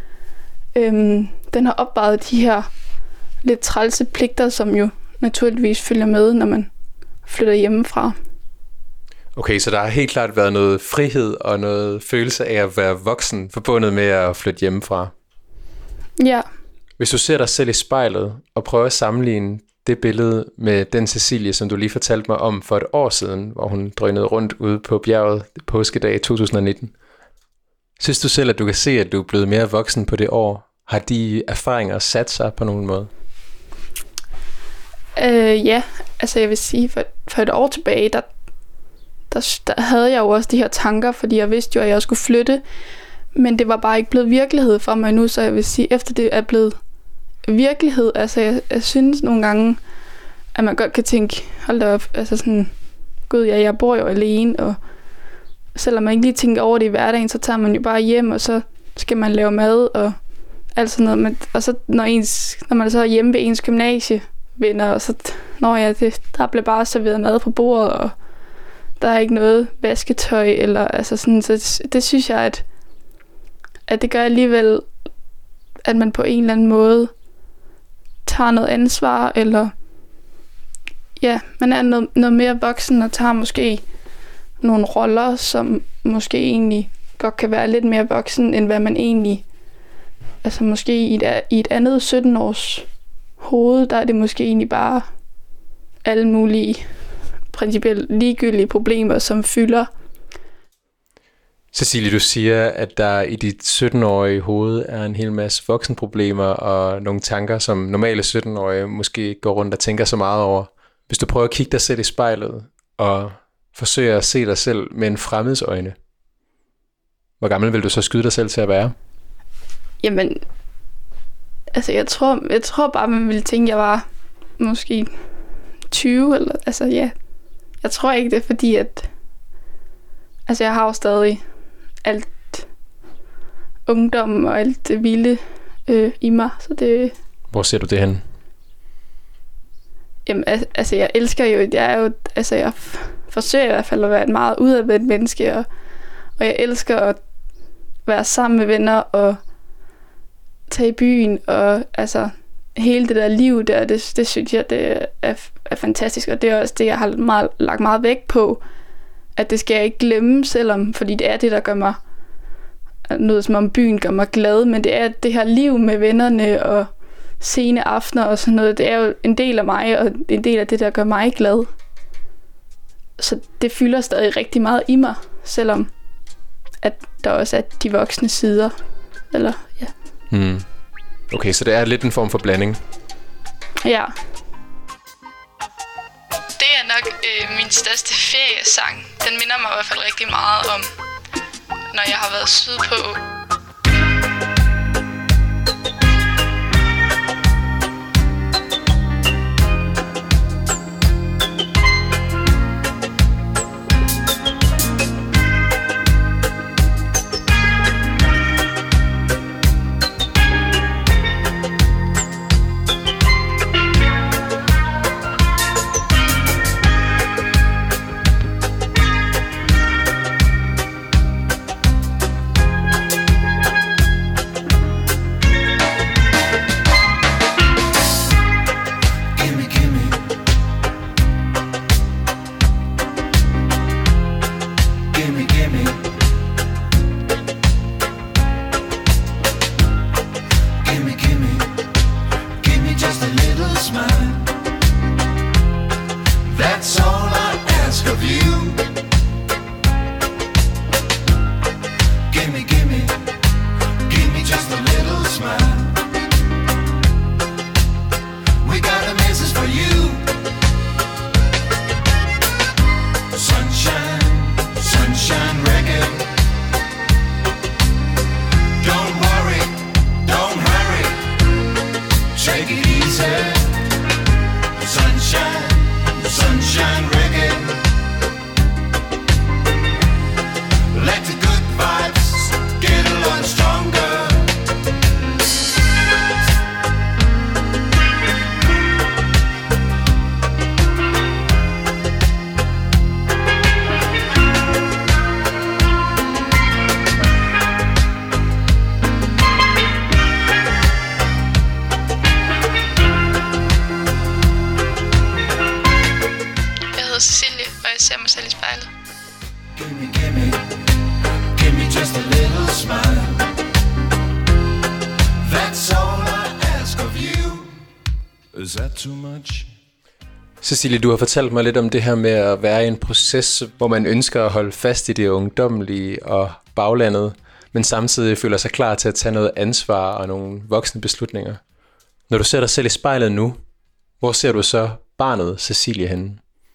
øhm, den har opvejet de her lidt trælse pligter, som jo naturligvis følger med, når man flytter hjemmefra. Okay, så der har helt klart været noget frihed og noget følelse af at være voksen, forbundet med at flytte hjemmefra. Ja. Hvis du ser dig selv i spejlet og prøver at sammenligne det billede med den Cecilie, som du lige fortalte mig om for et år siden, hvor hun drønede rundt ude på bjerget påskedag to tusind nitten. Synes du selv, at du kan se, at du er blevet mere voksen på det år? Har de erfaringer sat sig på nogen måde? Øh, ja, altså jeg vil sige, for, for et år tilbage, der, der, der havde jeg jo også de her tanker, fordi jeg vidste jo, at jeg skulle flytte. Men det var bare ikke blevet virkelighed for mig nu, så jeg vil sige, efter det er blevet virkelighed, altså jeg, jeg synes nogle gange, at man godt kan tænke, hold da op, altså sådan, gud ja, jeg bor jo alene, og selvom man ikke lige tænker over det i hverdagen, så tager man jo bare hjem, og så skal man lave mad, og alt sådan noget, men, og så når, ens, når man så er hjemme ved ens gymnasievenner, og så, når ja, det, der bliver bare serveret mad på bordet, og der er ikke noget vasketøj, eller altså sådan, så det, det synes jeg, at at det gør alligevel, at man på en eller anden måde tager noget ansvar, eller ja, man er noget, noget mere voksen og tager måske nogle roller, som måske egentlig godt kan være lidt mere voksen, end hvad man egentlig, altså måske i et, i et andet sytten-års hoved, der er det måske egentlig bare alle mulige principielt ligegyldige problemer, som fylder. Cecilie, du siger, at der i dit sytten-årige hoved er en hel masse voksenproblemer og nogle tanker, som normale sytten-årige måske går rundt og tænker så meget over. Hvis du prøver at kigge dig selv i spejlet og forsøger at se dig selv med en fremmeds øjne, hvor gammel vil du så skyde dig selv til at være? Jamen, altså jeg tror, jeg tror bare, man ville tænke, at jeg var måske tyve, eller altså ja. Jeg tror ikke det, fordi at altså jeg har jo stadig alt ungdom og alt det vilde øh, i mig, så det... Hvor ser du det hen? Jamen, altså jeg elsker jo, jeg er jo, altså jeg forsøger i hvert fald at være et meget udadvendt menneske, og, og jeg elsker at være sammen med venner og tage i byen, og altså hele det der liv der, det, det synes jeg, det er, er fantastisk, og det er også det, jeg har meget, lagt meget vægt på, at det skal jeg ikke glemme, selvom, fordi det er det, der gør mig, noget som om byen gør mig glad, men det er det her liv med vennerne og sene aftener og sådan noget, det er jo en del af mig, og en del af det, der gør mig glad. Så det fylder stadig rigtig meget i mig, selvom at der også er de voksne sider. Eller, ja. Hmm. Okay, så det er lidt en form for blanding. Ja. Det er nok øh, min største feriesang. Den minder mig i hvert fald rigtig meget om, når jeg har været sydpå. Cecilie, du har fortalt mig lidt om det her med at være i en proces, hvor man ønsker at holde fast i det ungdommelige og baglandet, men samtidig føler sig klar til at tage noget ansvar og nogle voksne beslutninger. Når du ser dig selv i spejlet nu, hvor ser du så barnet Cecilie henne?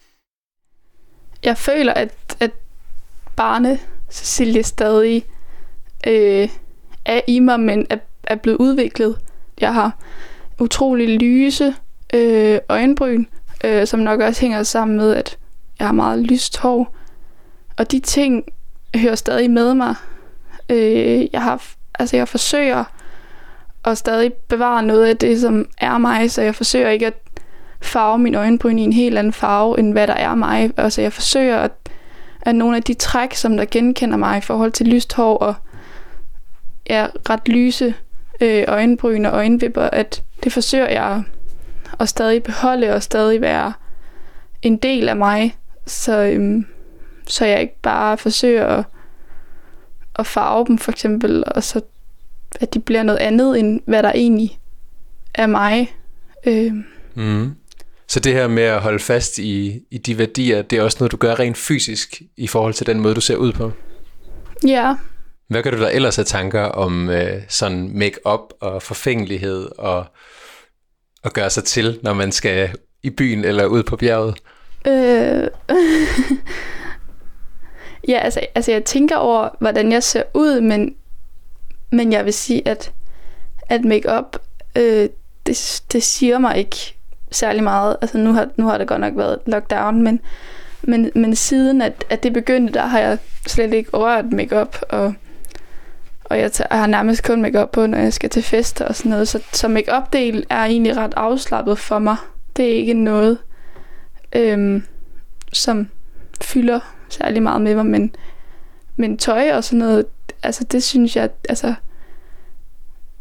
Jeg føler, at, at barnet Cecilie stadig øh, er i mig, men er, er blevet udviklet. Jeg har utrolig lyse øh, øjenbryn, øh, som nok også hænger sammen med, at jeg har meget lyst hår. Og de ting hører stadig med mig. Øh, jeg har, altså jeg forsøger at stadig bevare noget af det, som er mig, så jeg forsøger ikke at farve min øjenbryn i en helt anden farve, end hvad der er mig. Altså jeg forsøger at, at nogle af de træk, som der genkender mig i forhold til lyst hår og ja, ret lyse øh, øjenbryn og øjenvipper, at det forsøger jeg at stadig beholde og stadig være en del af mig, så, øhm, så jeg ikke bare forsøger at, at farve dem for eksempel, og så at de bliver noget andet, end hvad der egentlig er mig. Øhm. Mm. Så det her med at holde fast i, i de værdier, det er også noget, du gør rent fysisk i forhold til den måde, du ser ud på? Ja. Hvad gør du der ellers af tanker om øh, sådan make-up og forfængelighed og at gøre sig til, når man skal i byen eller ud på bjerget? Øh. ja, altså, altså jeg tænker over, hvordan jeg ser ud, men, men jeg vil sige, at, at make-up, øh, det, det siger mig ikke særlig meget. Altså nu har, nu har det godt nok været lockdown, men, men, men siden at, at det begyndte, der har jeg slet ikke rørt make-up, og Og jeg, tager, jeg har nærmest kun make-up på, når jeg skal til fester og sådan noget. Så, så make-up-del er egentlig ret afslappet for mig. Det er ikke noget, øhm, som fylder særlig meget med mig. Men, men tøj og sådan noget, altså det synes jeg, altså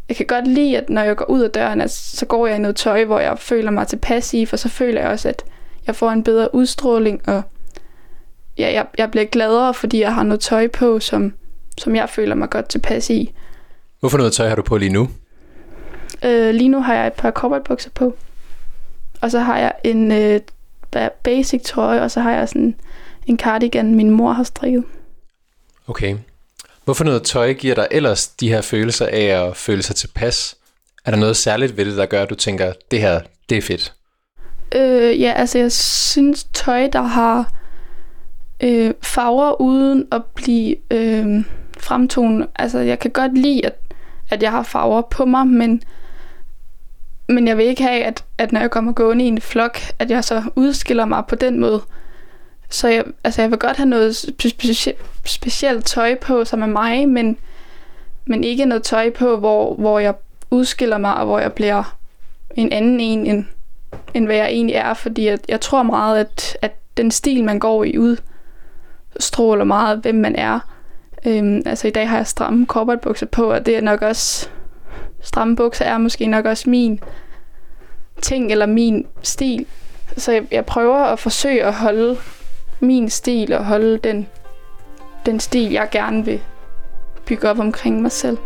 jeg kan godt lide, at når jeg går ud af døren, at så går jeg i noget tøj, hvor jeg føler mig tilpas i, for så føler jeg også, at jeg får en bedre udstråling, og ja, jeg, jeg bliver gladere, fordi jeg har noget tøj på, som, som jeg føler mig godt tilpas i. Hvorfor noget tøj har du på lige nu? Øh, lige nu har jeg et par cowboybukser på, og så har jeg en øh, basic trøje, og så har jeg sådan en cardigan, min mor har strikket. Okay. Hvorfor noget tøj giver dig ellers de her følelser af at føle sig tilpas? Er der noget særligt ved det, der gør, at du tænker, det her, det er fedt? Øh, ja, altså jeg synes tøj, der har øh, farver uden at blive øh, fremtonet. Altså jeg kan godt lide, at, at jeg har farver på mig, men, men jeg vil ikke have, at, at når jeg kommer gående i en flok, at jeg så udskiller mig på den måde. Så jeg, altså jeg vil godt have noget speci- specielt tøj på, som er mig, men, men ikke noget tøj på, hvor, hvor jeg udskiller mig, og hvor jeg bliver en anden en, end, end hvad jeg egentlig er. Fordi jeg, jeg tror meget, at, at den stil, man går i, udstråler meget, hvem man er. Øhm, altså i dag har jeg stramme cowboybukser på, og det er nok også... Stramme bukser er måske nok også min ting, eller min stil. Så jeg, jeg prøver at forsøge at holde min stil og holde den, den stil, jeg gerne vil bygge op omkring mig selv.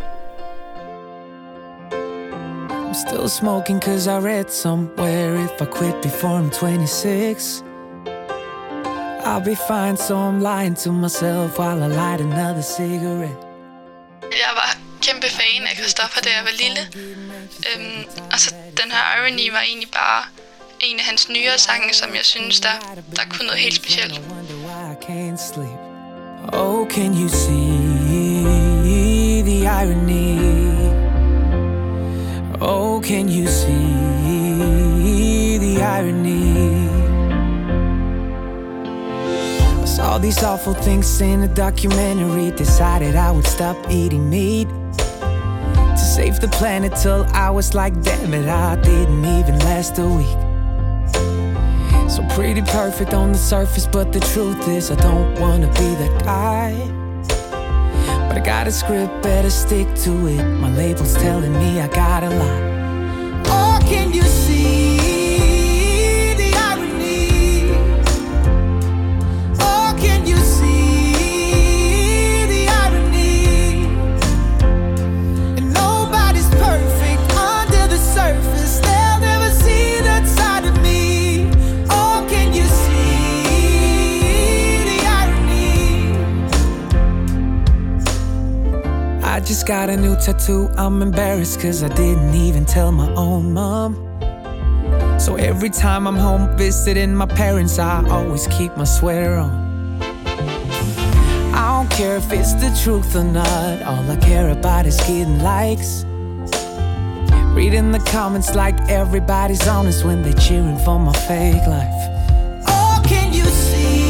I'm still smoking cause I read somewhere if I quit before I'm twenty-six I'll be fine, so I'm lying to myself while I light another cigarette. Jeg var kæmpe fan af Christoffer, da jeg var lille. Øhm, og så den her Irony var egentlig bare en af hans nyere sange, som jeg synes, der, der kunne noget helt specielt. Oh, can you see the irony? Oh, can you see the irony? I saw these awful things in a documentary. Decided I would stop eating meat to save the planet till I was like, damn it, I didn't even last a week. So pretty perfect on the surface, but the truth is I don't wanna be that guy. But I got a script, better stick to it. My label's telling me I gotta lie. Oh, can you see the irony? Oh, can you see the irony? And nobody's perfect under the surface. They'll never see that side of me. I just got a new tattoo, I'm embarrassed cause I didn't even tell my own mom. So every time I'm home visiting my parents, I always keep my sweater on. I don't care if it's the truth or not, all I care about is getting likes. Reading the comments like everybody's honest when they're cheering for my fake life. Oh, can you see?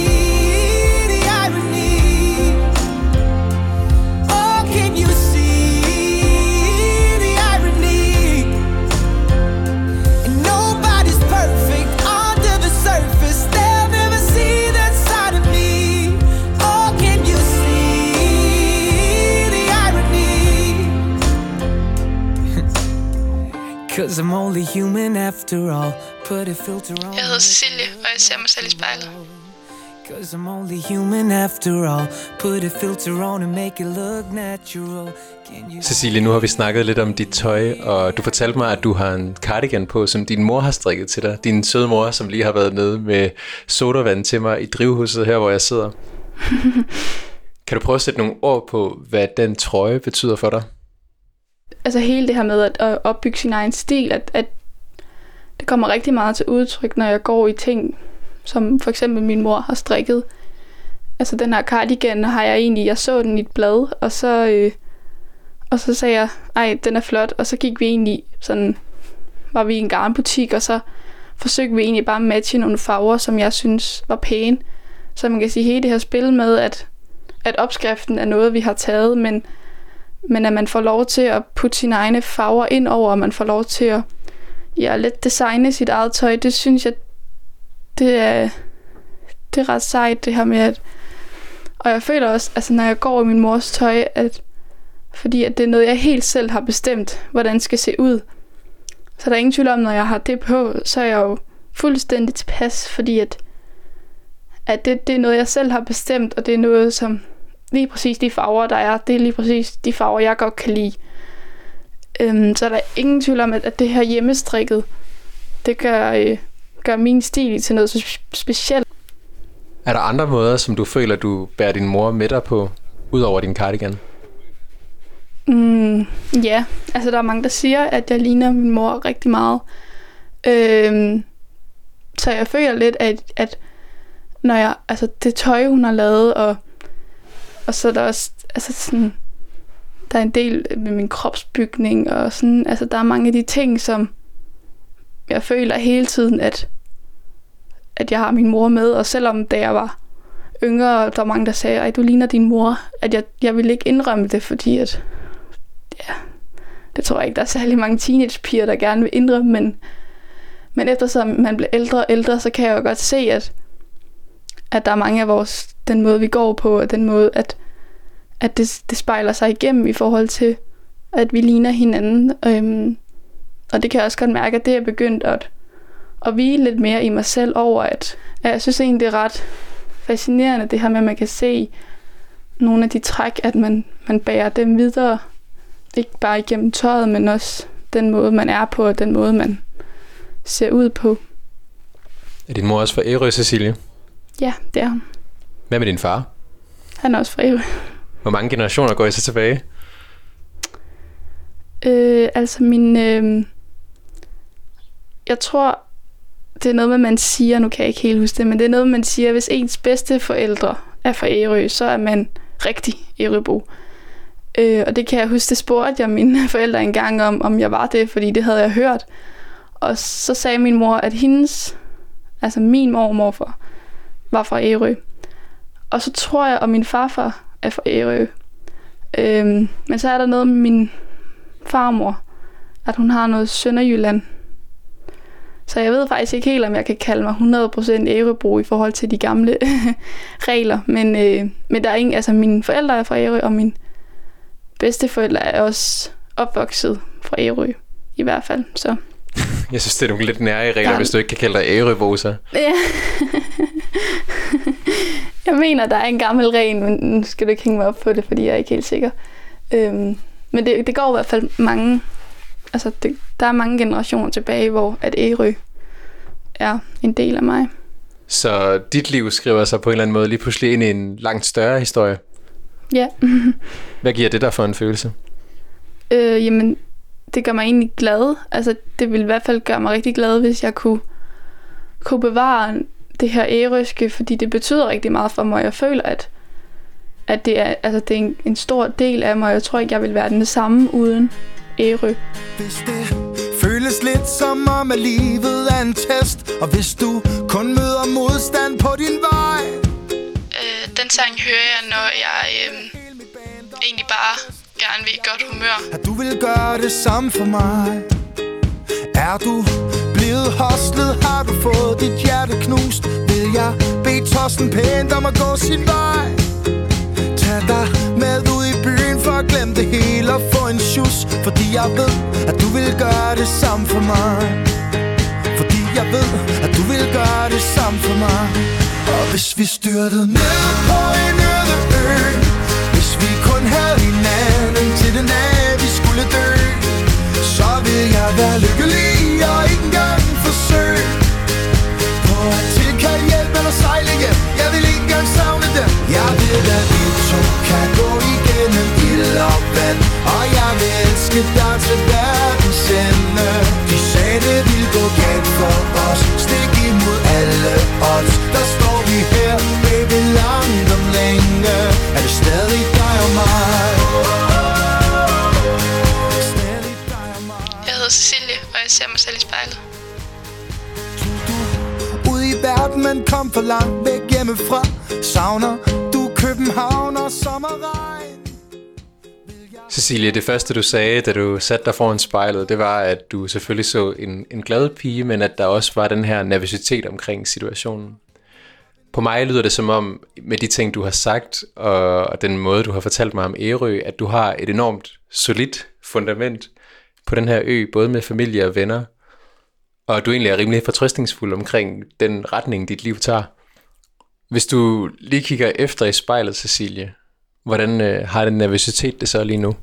Can you see the irony? And nobody's perfect under the surface. They'll never see that side of me. Oh, can you see the irony? Cause I'm only human after all. Put a filter on. Jeg hedder Cecilie, og jeg ser mig selv i spejlet. Cause I'm only human after all. Put a filter on and make it look natural. Cecilie, nu har vi snakket lidt om dit tøj, og du fortalte mig, at du har en cardigan på, som din mor har strikket til dig. Din søde mor, som lige har været nede med sodavand til mig i drivhuset her, hvor jeg sidder. Kan du prøve at sætte nogle ord på, hvad den trøje betyder for dig? Altså hele det her med at opbygge sin egen stil, at, at det kommer rigtig meget til udtryk, når jeg går i ting, som for eksempel min mor har strikket. Altså den her cardigan har jeg egentlig, jeg så den i et blad, og så, øh, og så sagde jeg, ej, den er flot, og så gik vi egentlig sådan, var vi i en garnbutik, og så forsøgte vi egentlig bare at matche nogle farver, som jeg synes var pæne. Så man kan sige hele det her spil med, at, at opskriften er noget, vi har taget, men, men at man får lov til at putte sine egne farver ind over, og man får lov til at ja, lidt designe sit eget tøj, det synes jeg, det er, det er ret sejt, det her med at... Og jeg føler også, altså når jeg går i min mors tøj, at Fordi at det er noget, jeg helt selv har bestemt, hvordan det skal se ud. Så der er ingen tvivl om, når jeg har det på, så er jeg jo fuldstændig tilpas, fordi at, at det, det er noget, jeg selv har bestemt, og det er noget, som lige præcis de farver, der er, det er lige præcis de farver, jeg godt kan lide. Øhm, så der er ingen tvivl om, at, at det her hjemmestrikket, det gør, øh, gør min stil til noget så specielt. Er der andre måder, som du føler, du bærer din mor med dig på, ud over din cardigan? Mm, ja, altså der er mange, der siger, at jeg ligner min mor rigtig meget. Øhm, så jeg føler lidt, at, at når jeg, altså det tøj, hun har lavet, og, og så er der også, altså sådan, der er en del med min kropsbygning, og sådan, altså der er mange af de ting, som jeg føler hele tiden, at, at jeg har min mor med, og selvom da jeg var yngre, der var mange, der sagde, ej, du ligner din mor, at jeg, jeg ville ikke indrømme det, fordi at, ja, det tror jeg ikke, der er særlig mange teenagepiger, der gerne vil indrømme, men, men eftersom man bliver ældre og ældre, så kan jeg jo godt se, at, at der er mange af vores, den måde vi går på, og den måde, at, at det, det spejler sig igennem i forhold til, at vi ligner hinanden. Øhm, og det kan jeg også godt mærke, at det er begyndt at, at hvile lidt mere i mig selv over, at, at jeg synes egentlig, det er ret fascinerende, det her med, at man kan se nogle af de træk, at man, man bærer dem videre. Ikke bare igennem tøjet, men også den måde, man er på, og den måde, man ser ud på. Er din mor også fra Ærø, Cecilie? Ja, det er hun. Hvad med din far? Han er også fra Ærø. Hvor mange generationer går I så tilbage? Øh, altså min... Øh, jeg tror, det er noget med, man siger, nu kan jeg ikke helt huske det, men det er noget, man siger, hvis ens bedste forældre er fra Ærø, så er man rigtig Ærøbo. Øh, og det kan jeg huske, det spurgte jeg mine forældre engang om, om jeg var det, fordi det havde jeg hørt. Og så sagde min mor, at hendes, altså min mor og morfar, var fra Ærø. Og så tror jeg, at min farfar er fra Ærø. Øh, men så er der noget med min farmor, at hun har noget Sønderjylland. Så jeg ved faktisk ikke helt, om jeg kan kalde mig hundrede procent Ærøbo i forhold til de gamle regler. Men, øh, men der er ingen, altså mine forældre er fra Ærø, og mine bedsteforældre er også opvokset fra Ærø, i hvert fald. Så. Jeg synes, det er nogle lidt nære regler, der... hvis du ikke kan kalde dig Ærøboser. Ja. Jeg mener, der er en gammel regel, men nu skal du ikke hænge mig op på det, fordi jeg er ikke helt sikker. Øhm, men det, det går i hvert fald mange, altså det, der er mange generationer tilbage, hvor at Ærø er en del af mig. Så dit liv skriver sig på en eller anden måde lige pludselig ind i en langt større historie? Ja. Hvad giver det dig for en følelse? Øh, jamen, det gør mig egentlig glad. Altså, det ville i hvert fald gøre mig rigtig glad, hvis jeg kunne, kunne bevare det her ærøske, fordi det betyder rigtig meget for mig. Jeg føler, at, at det er, altså, det er en, en stor del af mig. Jeg tror ikke, jeg vil være den samme uden Ærø. Hvis det føles lidt som om, at livet er en test, og hvis du kun møder modstand på din vej. Øh, den sang hører jeg, når jeg øh, egentlig bare gerne vil i godt humør. At du vil gøre det samme for mig. Er du blevet hostlet, har du fået dit hjerte knust, vil jeg bede tossen pænt om at gå sin vej. Tag dig med ud i byen for at glemme det hele og få en sjus, fordi jeg ved, at du vil gøre det samme for mig. Fordi jeg ved, at du vil gøre det samme for mig. Og hvis vi styrtede ned på en øde ø, hvis vi kun havde hinanden til den dag vi skulle dø, så vil jeg være lykkelig og ikke engang forsøge på at tilkalde hjælp eller sejle hjem. Jeg vil ikke engang savne dem. Jeg ved at vi to kan gå igennem ild og vand, og jeg vil elske dig til verdens ende. De sagde det ville gå galt for os, stik imod alle odds. Der står vi her, baby, langt om længe. Er det stadig dig og mig? Jeg hedder Cecilie, og jeg ser mig selv i spejlet. Ud i verden, men kom for langt væk hjemmefra. Savner du København og sommerregn? Cecilie, det første du sagde, da du satte dig foran spejlet, det var, at du selvfølgelig så en, en glad pige, men at der også var den her nervøsitet omkring situationen. På mig lyder det som om, med de ting, du har sagt, og den måde, du har fortalt mig om Ærø, at du har et enormt solidt fundament på den her ø, både med familie og venner, og du egentlig er rimelig fortrøstningsfuld omkring den retning, dit liv tager. Hvis du lige kigger efter i spejlet, Cecilie, hvordan øh, har den nervøsitet det så lige nu?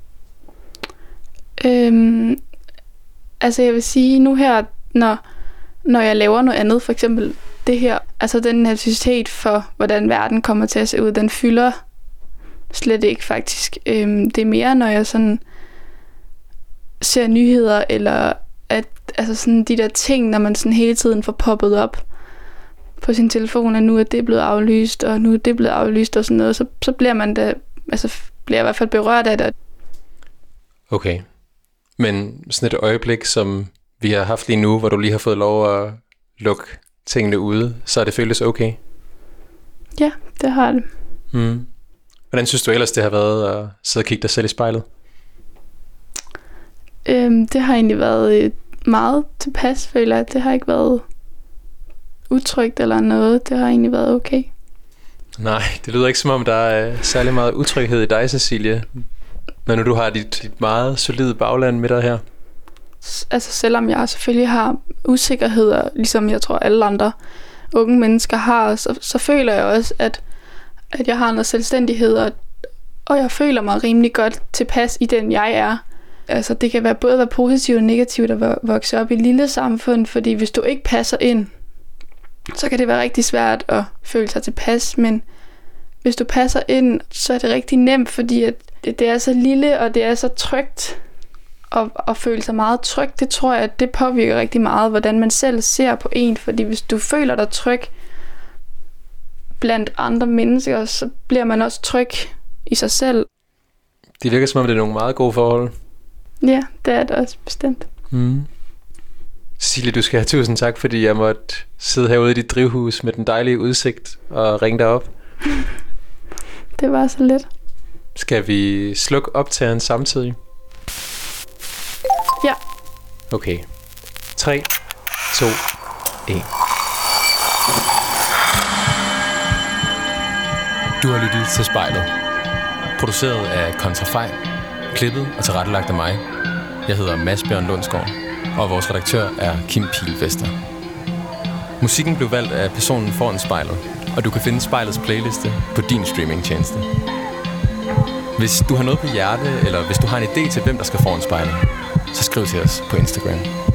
Øhm, altså jeg vil sige nu her, når, når jeg laver noget andet, for eksempel det her, altså den nervøsitet for, hvordan verden kommer til at se ud, den fylder slet ikke faktisk. Øhm, det er mere, når jeg sådan ser nyheder, eller at, altså sådan de der ting, når man sådan hele tiden får poppet op på sin telefon, at nu er det blevet aflyst, og nu er det blevet aflyst og sådan noget, så, så bliver man da, altså bliver jeg i hvert fald berørt af det. Okay. Men sådan et øjeblik, som vi har haft lige nu, hvor du lige har fået lov at lukke tingene ude, så er det føles okay? Ja, det har det. Mm. Hvordan synes du ellers, det har været at sidde og kigge dig selv i spejlet? Øhm, det har egentlig været meget tilpas, føler jeg. Det har ikke været utrygt eller noget. Det har egentlig været okay. Nej, det lyder ikke som om, der er særlig meget utryghed i dig, Cecilie, når nu du har dit, dit meget solide bagland med dig her. Altså selvom jeg selvfølgelig har usikkerheder, ligesom jeg tror alle andre unge mennesker har, så, så føler jeg også, at, at jeg har noget selvstændighed, og, og jeg føler mig rimelig godt tilpas i den jeg er. Altså det kan være både være positivt og negativt at vokse op i et lille samfund, fordi hvis du ikke passer ind, så kan det være rigtig svært at føle sig tilpas, men hvis du passer ind, så er det rigtig nemt, fordi at det, det er så lille, og det er så trygt, og, og føle sig meget tryg, det tror jeg, at det påvirker rigtig meget, hvordan man selv ser på en, fordi hvis du føler dig tryg blandt andre mennesker, så bliver man også tryg i sig selv. Det virker som om, det er nogle meget gode forhold. Ja, det er det også bestemt. Mm. Cecilie, du skal have tusind tak, fordi jeg måtte sidde herude i dit drivhus med den dejlige udsigt og ringe dig op. Det var så let. Skal vi slukke optageren samtidig? Ja. Okay. tre, to, et. Du har lyttet til Spejlet. Produceret af Kontrafej. Klippet og tilrettelagt af mig. Jeg hedder Mads Bjørn Lundsgaard, og vores redaktør er Kim Pilvester. Musikken blev valgt af personen foran spejlet, og du kan finde Spejlets playliste på din streamingtjeneste. Hvis du har noget på hjerte, eller hvis du har en idé til, hvem der skal foran spejlet, så skriv til os på Instagram.